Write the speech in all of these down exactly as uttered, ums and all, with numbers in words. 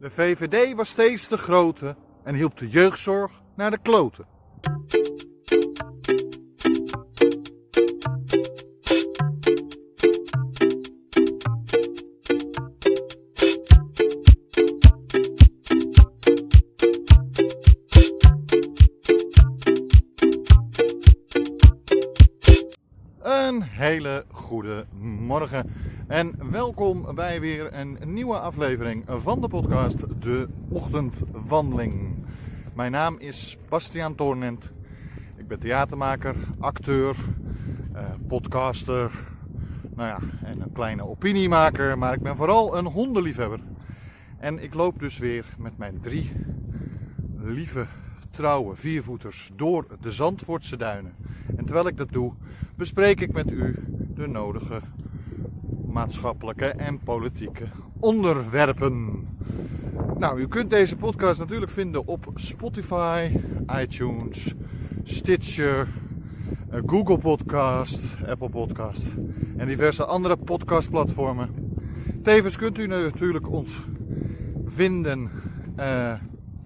De V V D was steeds de grote en hielp de jeugdzorg naar de kloten. Een hele goede morgen en welkom bij weer een nieuwe aflevering van de podcast De Ochtendwandeling. Mijn naam is Bastiaan Toornent. Ik ben theatermaker, acteur, eh, podcaster, nou ja, en een kleine opiniemaker, maar ik ben vooral een hondenliefhebber. En ik loop dus weer met mijn drie lieve, trouwe viervoeters door de Zandvoortse duinen. En terwijl ik dat doe, bespreek ik met u de nodige maatschappelijke en politieke onderwerpen. Nou, u kunt deze podcast natuurlijk vinden op Spotify, iTunes, Stitcher, Google Podcast, Apple Podcast en diverse andere podcastplatformen. Tevens kunt u natuurlijk ons vinden uh,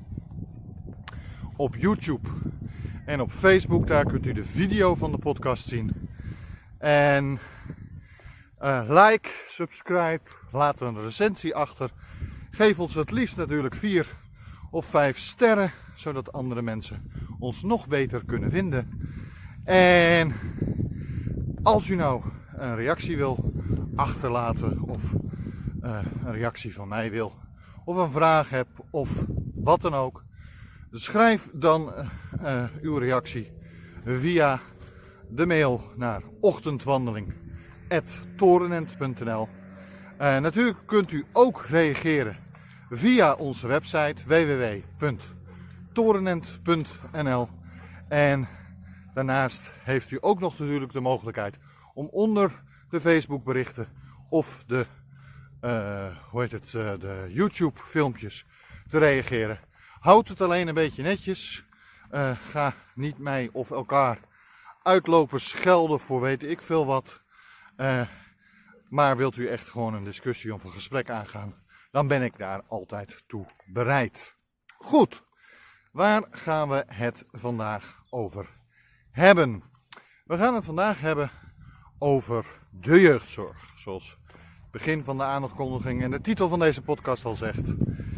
op YouTube en op Facebook. Daar kunt u de video van de podcast zien. En uh, like, subscribe, laat een recensie achter. Geef ons het liefst natuurlijk vier of vijf sterren, zodat andere mensen ons nog beter kunnen vinden. En als u nou een reactie wil achterlaten of uh, een reactie van mij wil, of een vraag hebt of wat dan ook, schrijf dan uh, uh, uw reactie via de mail naar ochtendwandeling apenstaartje torenent punt n l. Uh, natuurlijk kunt u ook reageren via onze website w w w punt torenent punt n l. En daarnaast heeft u ook nog natuurlijk de mogelijkheid om onder de Facebook berichten of de, uh, hoe heet het, uh, de YouTube filmpjes te reageren. Houd het alleen een beetje netjes. Uh, ga niet mij of elkaar uitlopen schelden voor weet ik veel wat. Uh, maar wilt u echt gewoon een discussie of een gesprek aangaan, dan ben ik daar altijd toe bereid. Goed, waar gaan we het vandaag over hebben? We gaan het vandaag hebben over de jeugdzorg. Zoals het begin van de aankondiging en de titel van deze podcast al zegt.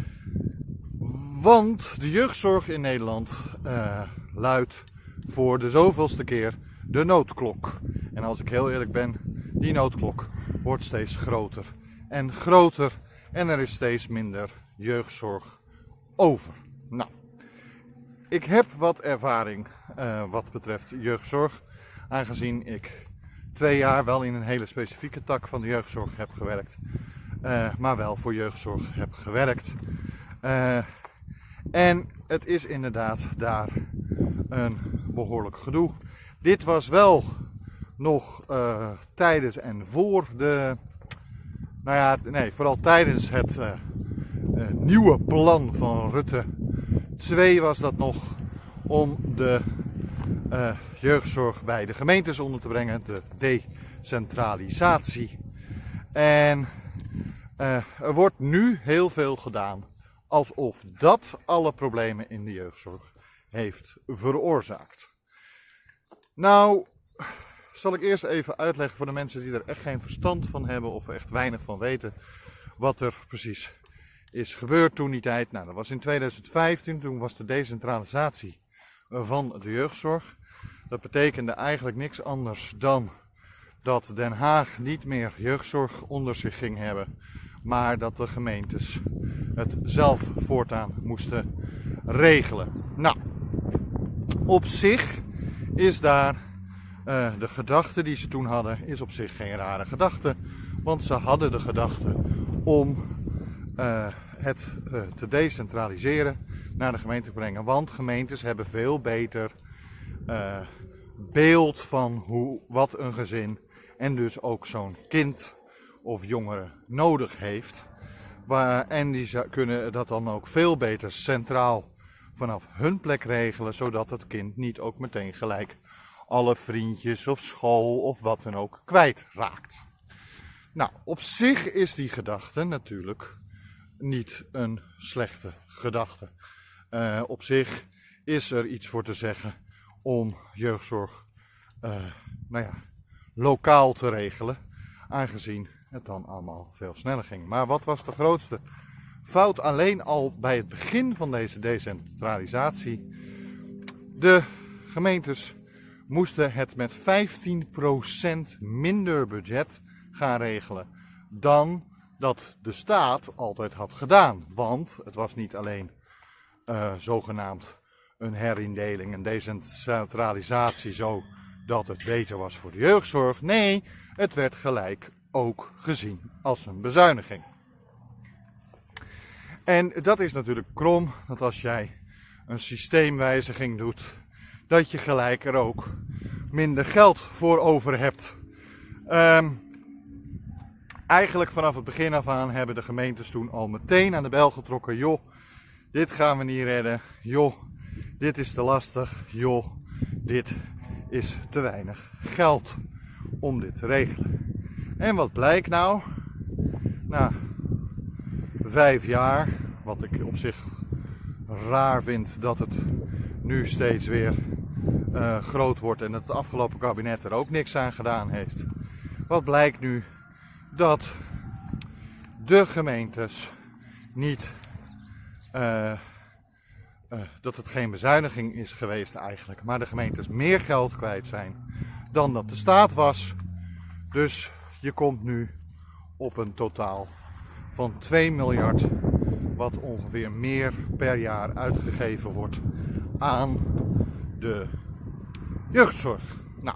Want de jeugdzorg in Nederland uh, luidt voor de zoveelste keer de noodklok. En als ik heel eerlijk ben, die noodklok wordt steeds groter en groter. En er is steeds minder jeugdzorg over. Nou, ik heb wat ervaring uh, wat betreft jeugdzorg. Aangezien ik twee jaar wel in een hele specifieke tak van de jeugdzorg heb gewerkt. Uh, maar wel voor jeugdzorg heb gewerkt. Uh, En het is inderdaad daar een behoorlijk gedoe. Dit was wel nog uh, tijdens en voor de, nou ja, nee, vooral tijdens het uh, uh, nieuwe plan van Rutte twee was dat nog om de uh, jeugdzorg bij de gemeentes onder te brengen, de decentralisatie. En uh, er wordt nu heel veel gedaan alsof dat alle problemen in de jeugdzorg heeft veroorzaakt. Nou, zal ik eerst even uitleggen voor de mensen die er echt geen verstand van hebben of er echt weinig van weten wat er precies is gebeurd toen die tijd. Nou, dat was in tweeduizend vijftien, toen was de decentralisatie van de jeugdzorg. Dat betekende eigenlijk niks anders dan dat Den Haag niet meer jeugdzorg onder zich ging hebben, maar dat de gemeentes het zelf voortaan moesten regelen. Nou, op zich is daar uh, de gedachte die ze toen hadden, is op zich geen rare gedachte. Want ze hadden de gedachte om uh, het uh, te decentraliseren, naar de gemeente te brengen. Want gemeentes hebben veel beter uh, beeld van hoe, wat een gezin en dus ook zo'n kind of jongere nodig heeft. Waar, en die kunnen dat dan ook veel beter centraal vanaf hun plek regelen, zodat het kind niet ook meteen gelijk alle vriendjes of school of wat dan ook kwijtraakt. Nou, op zich is die gedachte natuurlijk niet een slechte gedachte. Uh, op zich is er iets voor te zeggen om jeugdzorg uh, nou ja, lokaal te regelen, aangezien het dan allemaal veel sneller ging. Maar wat was de grootste fout alleen al bij het begin van deze decentralisatie? De gemeentes moesten het met vijftien procent minder budget gaan regelen dan dat de staat altijd had gedaan. Want het was niet alleen uh, zogenaamd een herindeling, een decentralisatie zodat het beter was voor de jeugdzorg. Nee, het werd gelijk ook gezien als een bezuiniging. En dat is natuurlijk krom, dat als jij een systeemwijziging doet, dat je gelijk er ook minder geld voor over hebt. Um, eigenlijk vanaf het begin af aan hebben de gemeentes toen al meteen aan de bel getrokken. Joh, dit gaan we niet redden. Joh, dit is te lastig. Joh, dit is te weinig geld om dit te regelen. En wat blijkt nou? Na vijf jaar, wat ik op zich raar vind dat het nu steeds weer uh, groot wordt en het afgelopen kabinet er ook niks aan gedaan heeft. Wat blijkt nu? Dat de gemeentes niet, uh, uh, dat het geen bezuiniging is geweest eigenlijk, maar de gemeentes meer geld kwijt zijn dan dat de staat was. Dus je komt nu op een totaal van twee miljard, wat ongeveer meer per jaar uitgegeven wordt aan de jeugdzorg. Nou,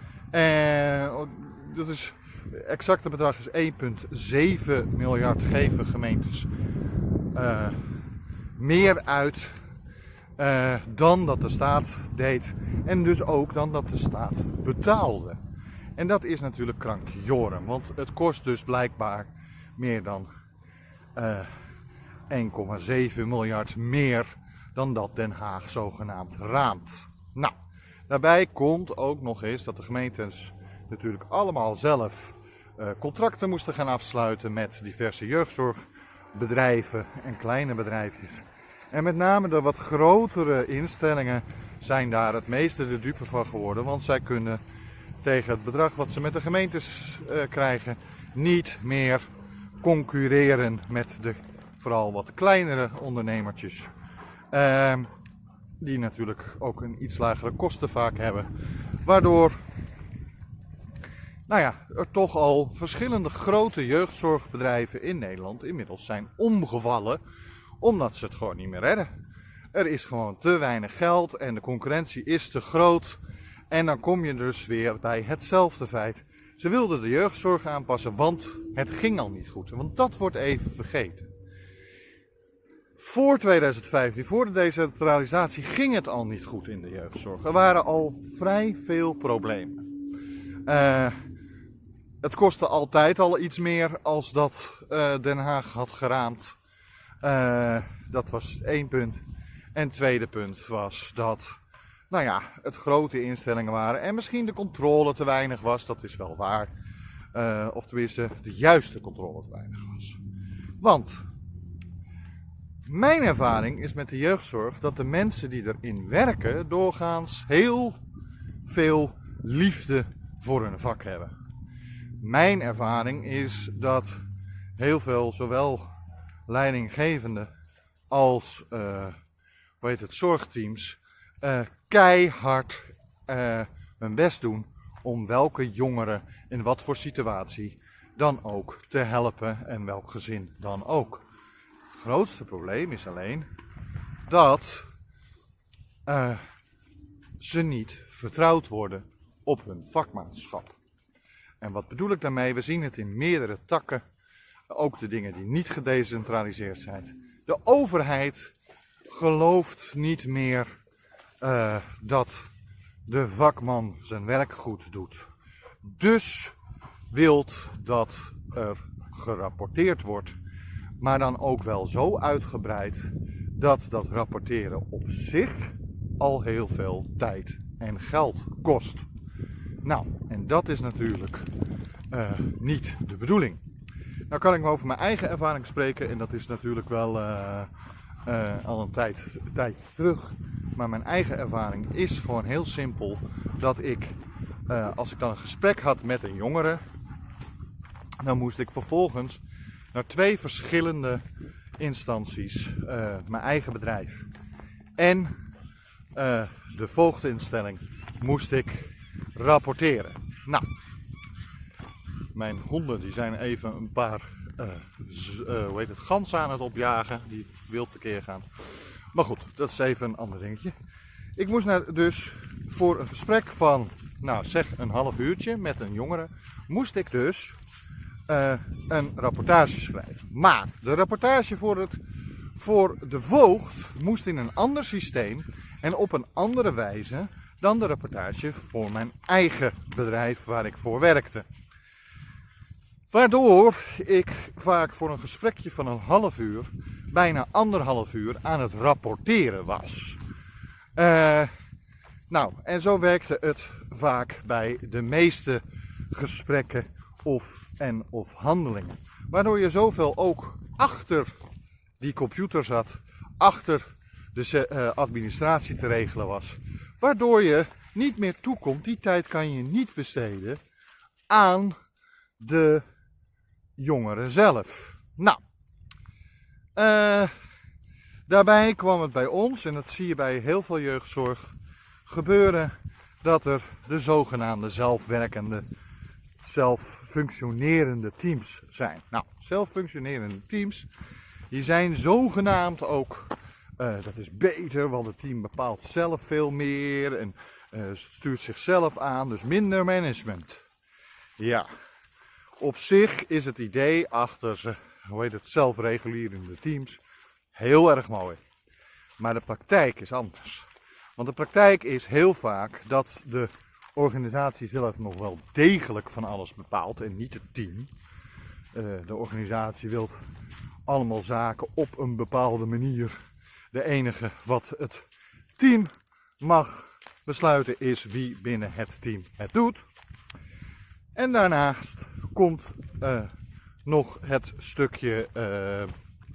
eh, dat is, het exacte bedrag is één komma zeven miljard geven gemeentes uh, meer uit uh, dan dat de staat deed en dus ook dan dat de staat betaalde. En dat is natuurlijk krankjoren, want het kost dus blijkbaar meer dan uh, één komma zeven miljard meer dan dat Den Haag zogenaamd raamt. Nou, daarbij komt ook nog eens dat de gemeentes natuurlijk allemaal zelf uh, contracten moesten gaan afsluiten met diverse jeugdzorgbedrijven en kleine bedrijfjes. En met name de wat grotere instellingen zijn daar het meeste de dupe van geworden, want zij kunnen tegen het bedrag wat ze met de gemeentes uh, krijgen niet meer concurreren met de vooral wat kleinere ondernemertjes. Uh, die natuurlijk ook een iets lagere kosten vaak hebben. Waardoor nou ja, er toch al verschillende grote jeugdzorgbedrijven in Nederland inmiddels zijn omgevallen. Omdat ze het gewoon niet meer redden. Er is gewoon te weinig geld en de concurrentie is te groot. En dan kom je dus weer bij hetzelfde feit. Ze wilden de jeugdzorg aanpassen, want het ging al niet goed. Want dat wordt even vergeten. Voor tweeduizend vijftien, voor de decentralisatie, ging het al niet goed in de jeugdzorg. Er waren al vrij veel problemen. Uh, het kostte altijd al iets meer als dat uh, Den Haag had geraamd. Uh, dat was één punt. En het tweede punt was dat nou ja, het grote instellingen waren en misschien de controle te weinig was, dat is wel waar. Uh, of tenminste, de juiste controle te weinig was. Want mijn ervaring is met de jeugdzorg dat de mensen die erin werken doorgaans heel veel liefde voor hun vak hebben. Mijn ervaring is dat heel veel, zowel leidinggevenden als uh, hoe heet het, zorgteams, uh, keihard uh, hun best doen om welke jongeren in wat voor situatie dan ook te helpen en welk gezin dan ook. Het grootste probleem is alleen dat uh, ze niet vertrouwd worden op hun vakmanschap. En wat bedoel ik daarmee? We zien het in meerdere takken, ook de dingen die niet gedecentraliseerd zijn. De overheid gelooft niet meer uh, dat de vakman zijn werk goed doet. Dus wilt dat er gerapporteerd wordt, maar dan ook wel zo uitgebreid dat dat rapporteren op zich al heel veel tijd en geld kost. Nou, en dat is natuurlijk uh, niet de bedoeling. Nou kan ik maar over mijn eigen ervaring spreken en dat is natuurlijk wel uh, uh, al een tijd, een tijdje terug. Maar mijn eigen ervaring is gewoon heel simpel dat ik, uh, als ik dan een gesprek had met een jongere, dan moest ik vervolgens naar twee verschillende instanties, uh, mijn eigen bedrijf en uh, de voogdinstelling, moest ik rapporteren. Nou, mijn honden die zijn even een paar uh, z, uh, hoe heet het, ganzen aan het opjagen, die wild tekeer gaan. Maar goed, dat is even een ander dingetje. Ik moest naar, dus voor een gesprek van, nou zeg een half uurtje met een jongere, moest ik dus uh, een rapportage schrijven. Maar de rapportage voor, het, voor de voogd moest in een ander systeem en op een andere wijze dan de rapportage voor mijn eigen bedrijf waar ik voor werkte. Waardoor ik vaak voor een gesprekje van een half uur, bijna anderhalf uur aan het rapporteren was. Uh, nou, en zo werkte het vaak bij de meeste gesprekken of en of handelingen. Waardoor je zoveel ook achter die computer zat, achter de uh, administratie te regelen was. Waardoor je niet meer toekomt, die tijd kan je niet besteden aan de jongeren zelf. Nou, uh, daarbij kwam het bij ons, en dat zie je bij heel veel jeugdzorg gebeuren, dat er de zogenaamde zelfwerkende, zelffunctionerende teams zijn. Nou, zelffunctionerende teams, die zijn zogenaamd ook, uh, dat is beter, want het team bepaalt zelf veel meer en uh, stuurt zichzelf aan, dus minder management. Ja. Op zich is het idee achter, hoe heet het, zelfregulerende teams heel erg mooi. Maar de praktijk is anders. Want de praktijk is heel vaak dat de organisatie zelf nog wel degelijk van alles bepaalt en niet het team. De organisatie wil allemaal zaken op een bepaalde manier. De enige wat het team mag besluiten is wie binnen het team het doet. En daarnaast komt uh, nog het stukje uh,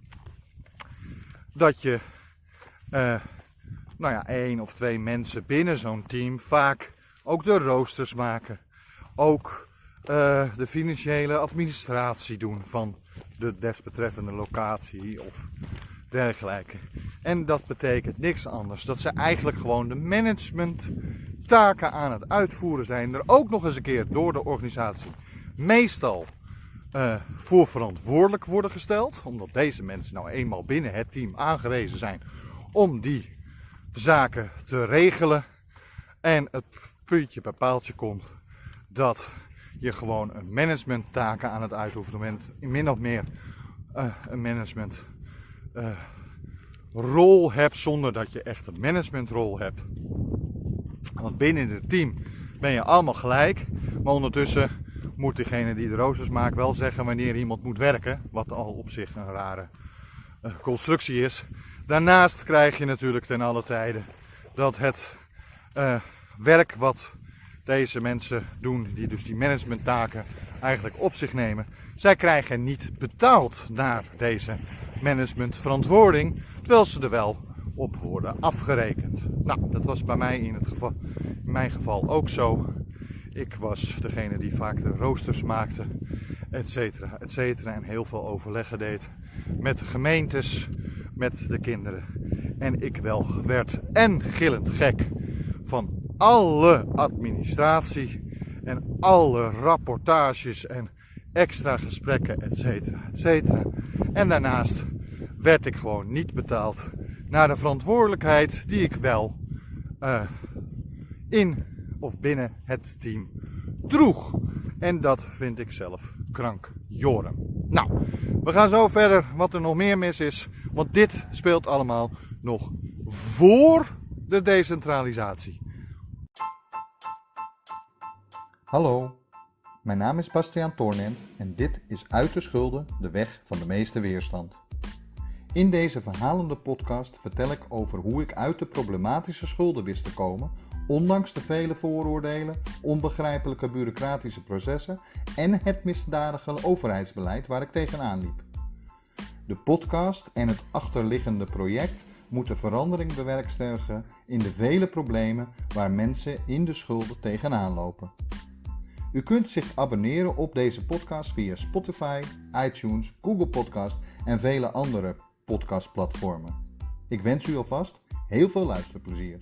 dat je uh, nou ja, één of twee mensen binnen zo'n team vaak ook de roosters maken. Ook uh, de financiële administratie doen van de desbetreffende locatie of dergelijke. En dat betekent niks anders. Dat ze eigenlijk gewoon de managementtaken aan het uitvoeren zijn. Er ook nog eens een keer door de organisatie meestal uh, voor verantwoordelijk worden gesteld. Omdat deze mensen nou eenmaal binnen het team aangewezen zijn om die zaken te regelen. En het puntje bij paaltje komt dat je gewoon een managementtaken aan het uitoefenen bent. Min of meer uh, een management uh, rol hebt zonder dat je echt een managementrol hebt. Want binnen het team ben je allemaal gelijk. Maar ondertussen moet degene die de roosters maakt wel zeggen wanneer iemand moet werken. Wat al op zich een rare uh, constructie is. Daarnaast krijg je natuurlijk ten alle tijde dat het uh, werk wat deze mensen doen, die dus die managementtaken eigenlijk op zich nemen, zij krijgen niet betaald naar deze managementverantwoording, terwijl ze er wel op worden afgerekend. Nou, dat was bij mij in, het geval, in mijn geval ook zo. Ik was degene die vaak de roosters maakte, et cetera, et cetera, en heel veel overleggen deed met de gemeentes, met de kinderen. En ik wel werd en gillend gek van alle administratie en alle rapportages en extra gesprekken, et cetera, et cetera. En daarnaast werd ik gewoon niet betaald naar de verantwoordelijkheid die ik wel uh, in of binnen het team droeg. En dat vind ik zelf krankjoren. Nou, we gaan zo verder wat er nog meer mis is, want dit speelt allemaal nog voor de decentralisatie. Hallo, mijn naam is Bastiaan Toornent en dit is Uit de Schulden, de weg van de meeste weerstand. In deze verhalende podcast vertel ik over hoe ik uit de problematische schulden wist te komen, ondanks de vele vooroordelen, onbegrijpelijke bureaucratische processen en het misdadige overheidsbeleid waar ik tegenaan liep. De podcast en het achterliggende project moeten verandering bewerkstelligen in de vele problemen waar mensen in de schulden tegenaan lopen. U kunt zich abonneren op deze podcast via Spotify, iTunes, Google Podcast en vele andere podcastplatformen. Ik wens u alvast heel veel luisterplezier.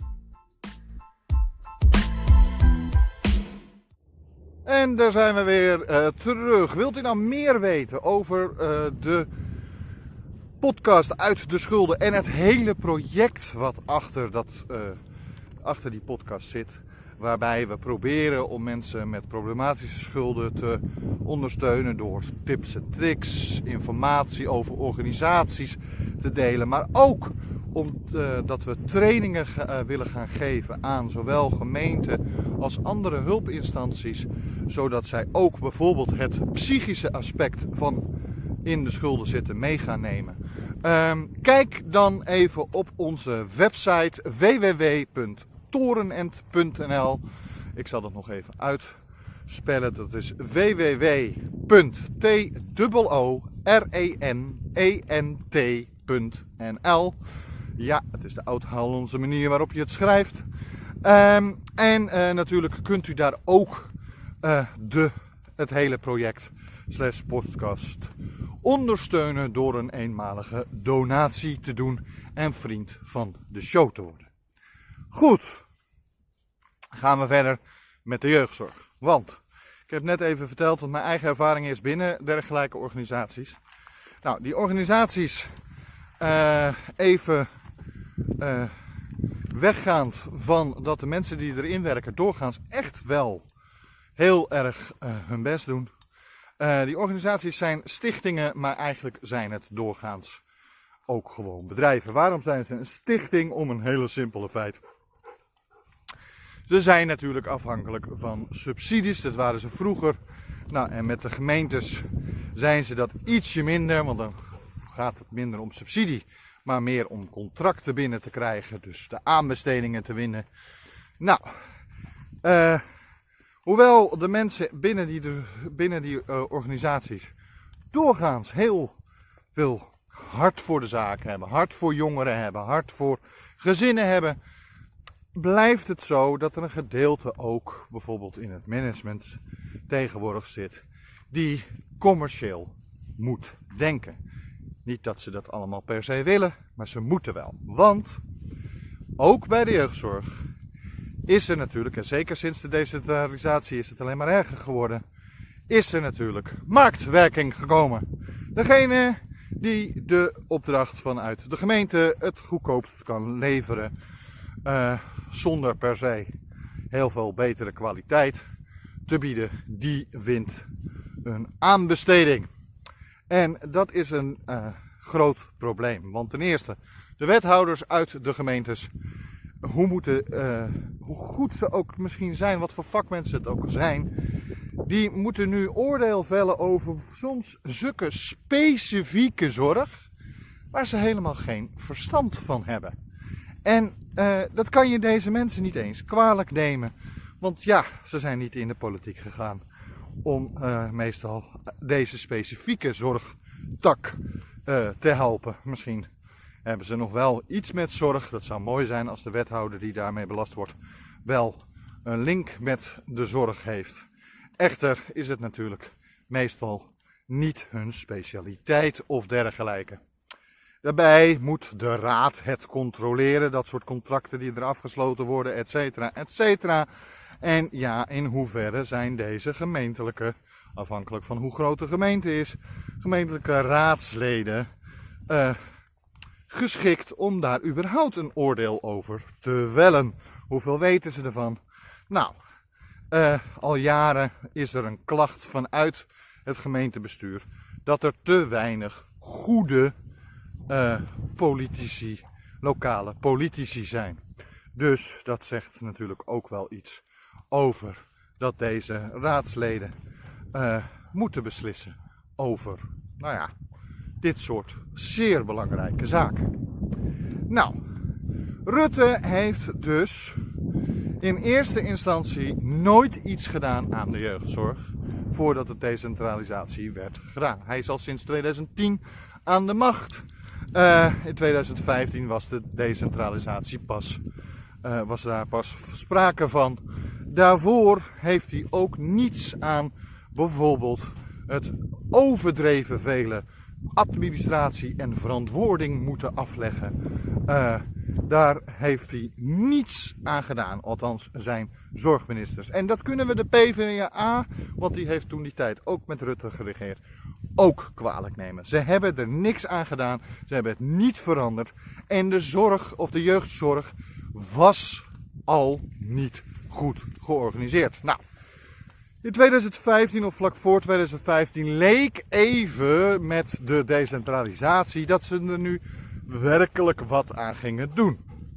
En daar zijn we weer uh, terug. Wilt u nou meer weten over uh, de podcast Uit de Schulden en het hele project wat achter, dat, uh, achter die podcast zit? Waarbij we proberen om mensen met problematische schulden te ondersteunen door tips en tricks, informatie over organisaties te delen. Maar ook omdat we trainingen uh, willen gaan geven aan zowel gemeenten als andere hulpinstanties. Zodat zij ook bijvoorbeeld het psychische aspect van in de schulden zitten mee gaan nemen. Um, kijk dan even op onze website w w w punt torenent punt n l. Ik zal dat nog even uitspellen. Dat is w w w punt torenent punt n l. Ja, het is de oud-Hollandse manier waarop je het schrijft. Um, en uh, natuurlijk kunt u daar ook uh, de, het hele project slash podcast ondersteunen door een eenmalige donatie te doen en vriend van de show te worden. Goed, gaan we verder met de jeugdzorg. Want ik heb net even verteld wat mijn eigen ervaring is binnen dergelijke organisaties. Nou, die organisaties, uh, even uh, weggaand van dat de mensen die erin werken doorgaans echt wel heel erg uh, hun best doen. Uh, die organisaties zijn stichtingen, maar eigenlijk zijn het doorgaans ook gewoon bedrijven. Waarom zijn ze een stichting? Om een hele simpele feit. Ze zijn natuurlijk afhankelijk van subsidies, dat waren ze vroeger. Nou, en met de gemeentes zijn ze dat ietsje minder, want dan gaat het minder om subsidie, maar meer om contracten binnen te krijgen, dus de aanbestedingen te winnen. Nou, uh, hoewel de mensen binnen die, de, binnen die uh, organisaties doorgaans heel veel hart voor de zaak hebben, hart voor jongeren hebben, hart voor gezinnen hebben, blijft het zo dat er een gedeelte ook bijvoorbeeld in het management tegenwoordig zit die commercieel moet denken. Niet dat ze dat allemaal per se willen, maar ze moeten wel. Want ook bij de jeugdzorg is er natuurlijk, en zeker sinds de decentralisatie is het alleen maar erger geworden, is er natuurlijk marktwerking gekomen. Degene die de opdracht vanuit de gemeente het goedkoopst kan leveren, uh, zonder per se heel veel betere kwaliteit te bieden, die wint een aanbesteding. En dat is een uh, groot probleem. Want ten eerste, de wethouders uit de gemeentes, hoe, moeten, uh, hoe goed ze ook misschien zijn, wat voor vakmensen het ook zijn, die moeten nu oordeel vellen over soms zulke specifieke zorg waar ze helemaal geen verstand van hebben. En uh, dat kan je deze mensen niet eens kwalijk nemen. Want ja, ze zijn niet in de politiek gegaan om uh, meestal deze specifieke zorgtak uh, te helpen. Misschien hebben ze nog wel iets met zorg. Dat zou mooi zijn als de wethouder die daarmee belast wordt wel een link met de zorg heeft. Echter is het natuurlijk meestal niet hun specialiteit of dergelijke. Daarbij moet de raad het controleren, dat soort contracten die er afgesloten worden, et cetera, et cetera. En ja, in hoeverre zijn deze gemeentelijke, afhankelijk van hoe groot de gemeente is, gemeentelijke raadsleden uh, geschikt om daar überhaupt een oordeel over te vellen. Hoeveel weten ze ervan? Nou, uh, al jaren is er een klacht vanuit het gemeentebestuur dat er te weinig goede uh, politici, lokale politici zijn. Dus dat zegt natuurlijk ook wel iets over dat deze raadsleden uh, moeten beslissen over, nou ja, dit soort zeer belangrijke zaken. Nou, Rutte heeft dus in eerste instantie nooit iets gedaan aan de jeugdzorg voordat de decentralisatie werd gedaan. Hij is al sinds tweeduizend tien aan de macht. Uh, in tweeduizend vijftien was de decentralisatie pas, uh, was daar pas sprake van. Daarvoor heeft hij ook niets aan bijvoorbeeld het overdreven vele administratie en verantwoording moeten afleggen. Uh, daar heeft hij niets aan gedaan, althans zijn zorgministers. En dat kunnen we de P v d A, want die heeft toen die tijd ook met Rutte geregeerd, ook kwalijk nemen. Ze hebben er niks aan gedaan, ze hebben het niet veranderd. En de zorg, of de jeugdzorg, was al niet goed georganiseerd. Nou, in tweeduizend vijftien of vlak voor tweeduizend vijftien leek even met de decentralisatie dat ze er nu werkelijk wat aan gingen doen.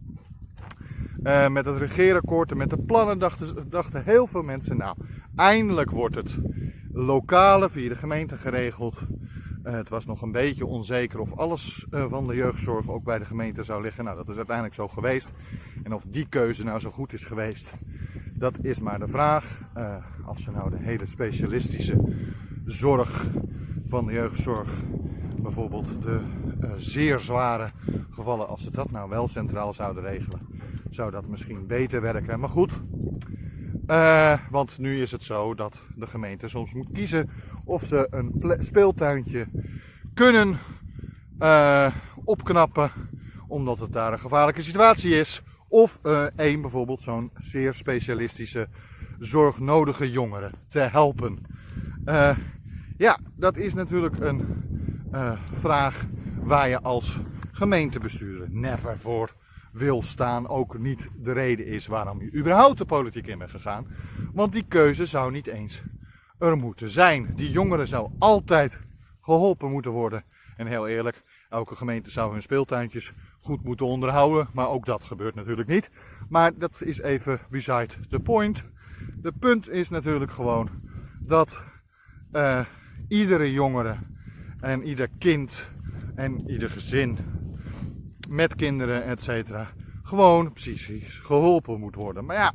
Uh, met het regeerakkoord en met de plannen dachten, dachten heel veel mensen, nou, eindelijk wordt het lokale via de gemeente geregeld. Uh, het was nog een beetje onzeker of alles uh, van de jeugdzorg ook bij de gemeente zou liggen. Nou, dat is uiteindelijk zo geweest. En of die keuze nou zo goed is geweest, dat is maar de vraag. Uh, als ze nou de hele specialistische zorg van de jeugdzorg, bijvoorbeeld de uh, zeer zware gevallen, als ze dat nou wel centraal zouden regelen, zou dat misschien beter werken. Maar goed, uh, want nu is het zo dat de gemeente soms moet kiezen of ze een speeltuintje kunnen uh, opknappen, omdat het daar een gevaarlijke situatie is. Of uh, één bijvoorbeeld zo'n zeer specialistische zorgnodige jongeren te helpen. Uh, ja, dat is natuurlijk een uh, vraag waar je als gemeentebestuurder never voor wil staan. Ook niet de reden is waarom je überhaupt de politiek in bent gegaan. Want die keuze zou niet eens er moeten zijn. Die jongeren zou altijd geholpen moeten worden. En heel eerlijk, elke gemeente zou hun speeltuintjes goed moeten onderhouden. Maar ook dat gebeurt natuurlijk niet. Maar dat is even beside the point. De punt is natuurlijk gewoon dat uh, iedere jongere en ieder kind en ieder gezin met kinderen, et cetera, gewoon psychisch geholpen moet worden. Maar ja,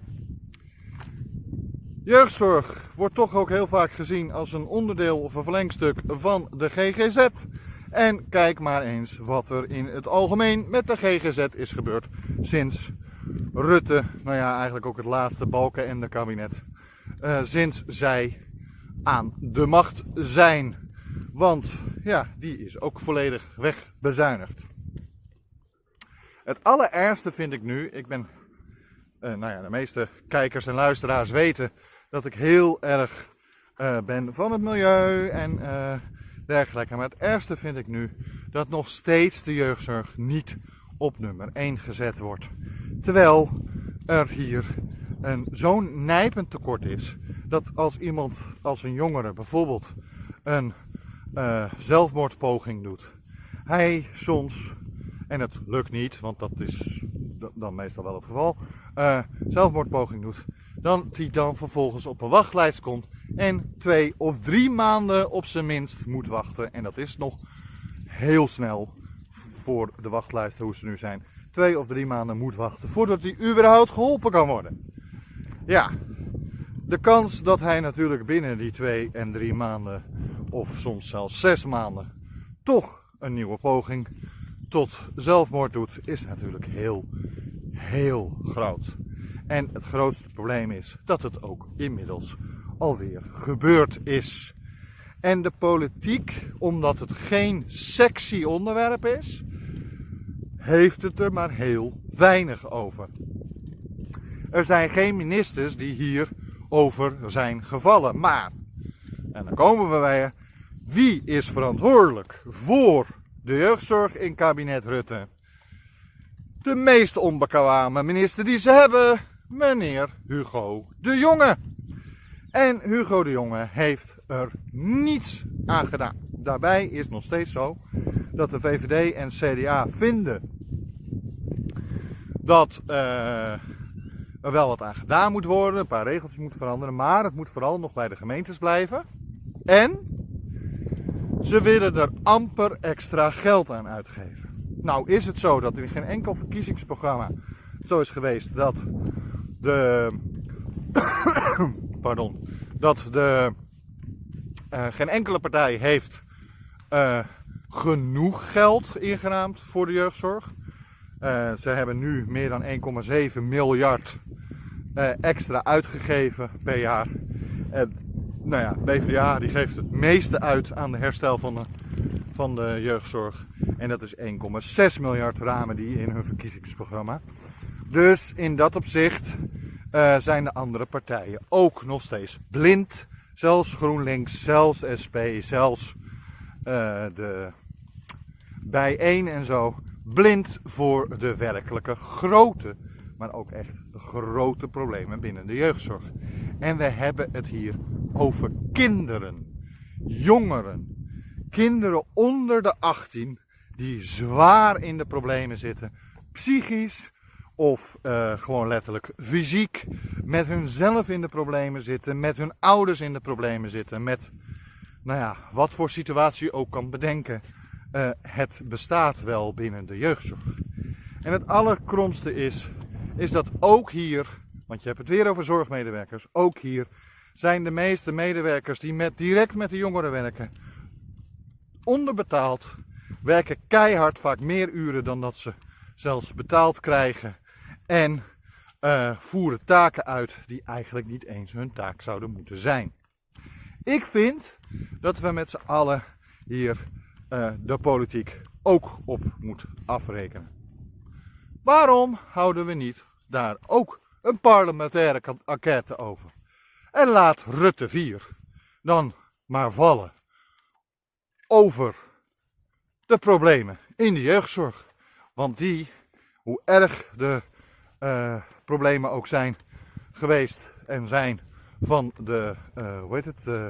jeugdzorg wordt toch ook heel vaak gezien als een onderdeel of een verlengstuk van de G G Z. En kijk maar eens wat er in het algemeen met de G G Z is gebeurd sinds Rutte, nou ja, eigenlijk ook het laatste Balkenende kabinet, uh, sinds zij aan de macht zijn. Want ja, die is ook volledig wegbezuinigd. Het allerergste vind ik nu, ik ben, uh, nou ja, de meeste kijkers en luisteraars weten dat ik heel erg uh, ben van het milieu en uh, dergelijke. Maar het ergste vind ik nu dat nog steeds de jeugdzorg niet op nummer één gezet wordt. Terwijl er hier een zo'n nijpend tekort is, dat als iemand, als een jongere bijvoorbeeld een uh, zelfmoordpoging doet, hij soms, en het lukt niet, want dat is dan meestal wel het geval, uh, zelfmoordpoging doet, dan die dan vervolgens op een wachtlijst komt en twee of drie maanden op zijn minst moet wachten. En dat is nog heel snel voor de wachtlijsten hoe ze nu zijn. Twee of drie maanden moet wachten voordat hij überhaupt geholpen kan worden. Ja, de kans dat hij natuurlijk binnen die twee en drie maanden, of soms zelfs zes maanden, toch een nieuwe poging tot zelfmoord doet, is natuurlijk heel, heel groot. En het grootste probleem is dat het ook inmiddels alweer gebeurd is. En de politiek, omdat het geen sexy onderwerp is, heeft het er maar heel weinig over. Er zijn geen ministers die hier over zijn gevallen. Maar, en dan komen we bij, wie is verantwoordelijk voor de jeugdzorg in kabinet Rutte? De meest onbekwame minister die ze hebben, meneer Hugo de Jonge. En Hugo de Jonge heeft er niets aan gedaan. Daarbij is het nog steeds zo dat de V V D en C D A vinden dat uh, er wel wat aan gedaan moet worden, een paar regeltjes moeten veranderen, maar het moet vooral nog bij de gemeentes blijven. En Ze willen er amper extra geld aan uitgeven. Nou is het zo dat in geen enkel verkiezingsprogramma zo is geweest dat de... pardon. Dat de... Uh, geen enkele partij heeft uh, genoeg geld ingeraamd voor de jeugdzorg. Uh, ze hebben nu meer dan één komma zeven miljard uh, extra uitgegeven per jaar. Uh, nou ja, B V D A die geeft het meeste uit aan de herstel van de, van de jeugdzorg. En dat is één komma zes miljard ramen die in hun verkiezingsprogramma. Dus in dat opzicht uh, zijn de andere partijen ook nog steeds blind. Zelfs GroenLinks, zelfs S P, zelfs uh, de Bijeen en zo. Blind voor de werkelijke grote, maar ook echt de grote problemen binnen de jeugdzorg. En we hebben het hier over kinderen, jongeren, kinderen onder de achttien die zwaar in de problemen zitten, psychisch of uh, gewoon letterlijk fysiek, met hunzelf in de problemen zitten, met hun ouders in de problemen zitten, met, nou ja, wat voor situatie je ook kan bedenken. Uh, het bestaat wel binnen de jeugdzorg. En het allerkromste is, is dat ook hier, want je hebt het weer over zorgmedewerkers, ook hier zijn de meeste medewerkers die met, direct met de jongeren werken, onderbetaald, werken keihard, vaak meer uren dan dat ze zelfs betaald krijgen en uh, voeren taken uit die eigenlijk niet eens hun taak zouden moeten zijn. Ik vind dat we met z'n allen hier uh, de politiek ook op moeten afrekenen. Waarom houden we niet daar ook een parlementaire enquête over? En laat Rutte vier dan maar vallen over de problemen in de jeugdzorg. Want die, hoe erg de uh, problemen ook zijn geweest en zijn van de, uh, hoe heet het, uh,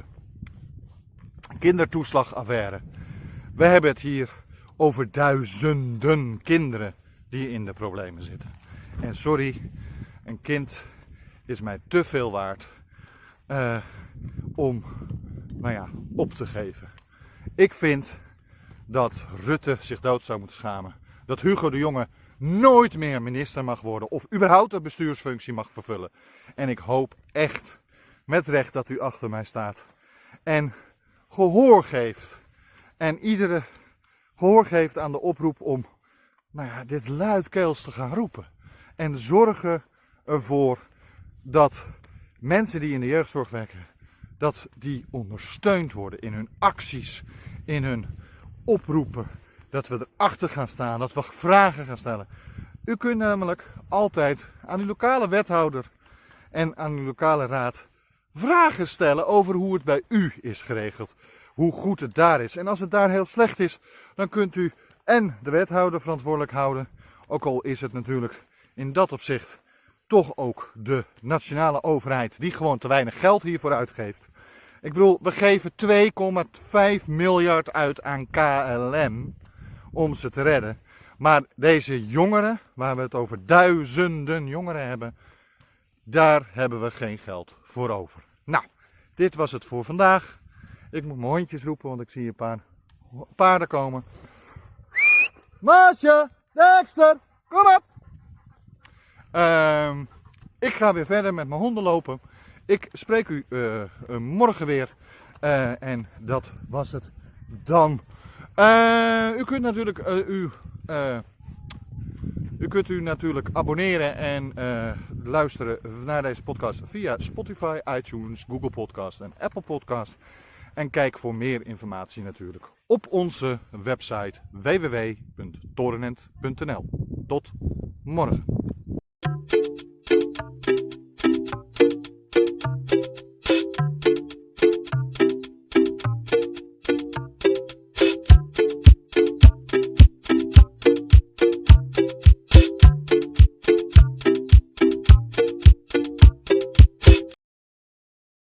kindertoeslagaffaire. We hebben het hier over duizenden kinderen die in de problemen zitten. En sorry, een kind is mij te veel waard uh, om, nou ja, op te geven. Ik vind dat Rutte zich dood zou moeten schamen. Dat Hugo de Jonge nooit meer minister mag worden of überhaupt een bestuursfunctie mag vervullen. En ik hoop echt met recht dat u achter mij staat en gehoor geeft. En iedere gehoor geeft aan de oproep om, nou ja, dit luidkeels te gaan roepen. En zorgen ervoor dat mensen die in de jeugdzorg werken, dat die ondersteund worden in hun acties, in hun oproepen. Dat we erachter gaan staan, dat we vragen gaan stellen. U kunt namelijk altijd aan uw lokale wethouder en aan uw lokale raad vragen stellen over hoe het bij u is geregeld. Hoe goed het daar is. En als het daar heel slecht is, dan kunt u en de wethouder verantwoordelijk houden. Ook al is het natuurlijk in dat opzicht toch ook de nationale overheid die gewoon te weinig geld hiervoor uitgeeft. Ik bedoel, we geven twee komma vijf miljard uit aan K L M om ze te redden. Maar deze jongeren, waar we het over duizenden jongeren hebben, daar hebben we geen geld voor over. Nou, dit was het voor vandaag. Ik moet mijn hondjes roepen, want ik zie een paar paarden komen. Maasje, Dexter, kom op! Uh, ik ga weer verder met mijn honden lopen. Ik spreek u uh, uh, morgen weer. Uh, en dat was het dan. Uh, u kunt natuurlijk uh, u, uh, u kunt u natuurlijk abonneren en uh, luisteren naar deze podcast via Spotify, iTunes, Google Podcast en Apple Podcast. En kijk voor meer informatie natuurlijk op onze website w w w punt torenent punt n l. Tot morgen.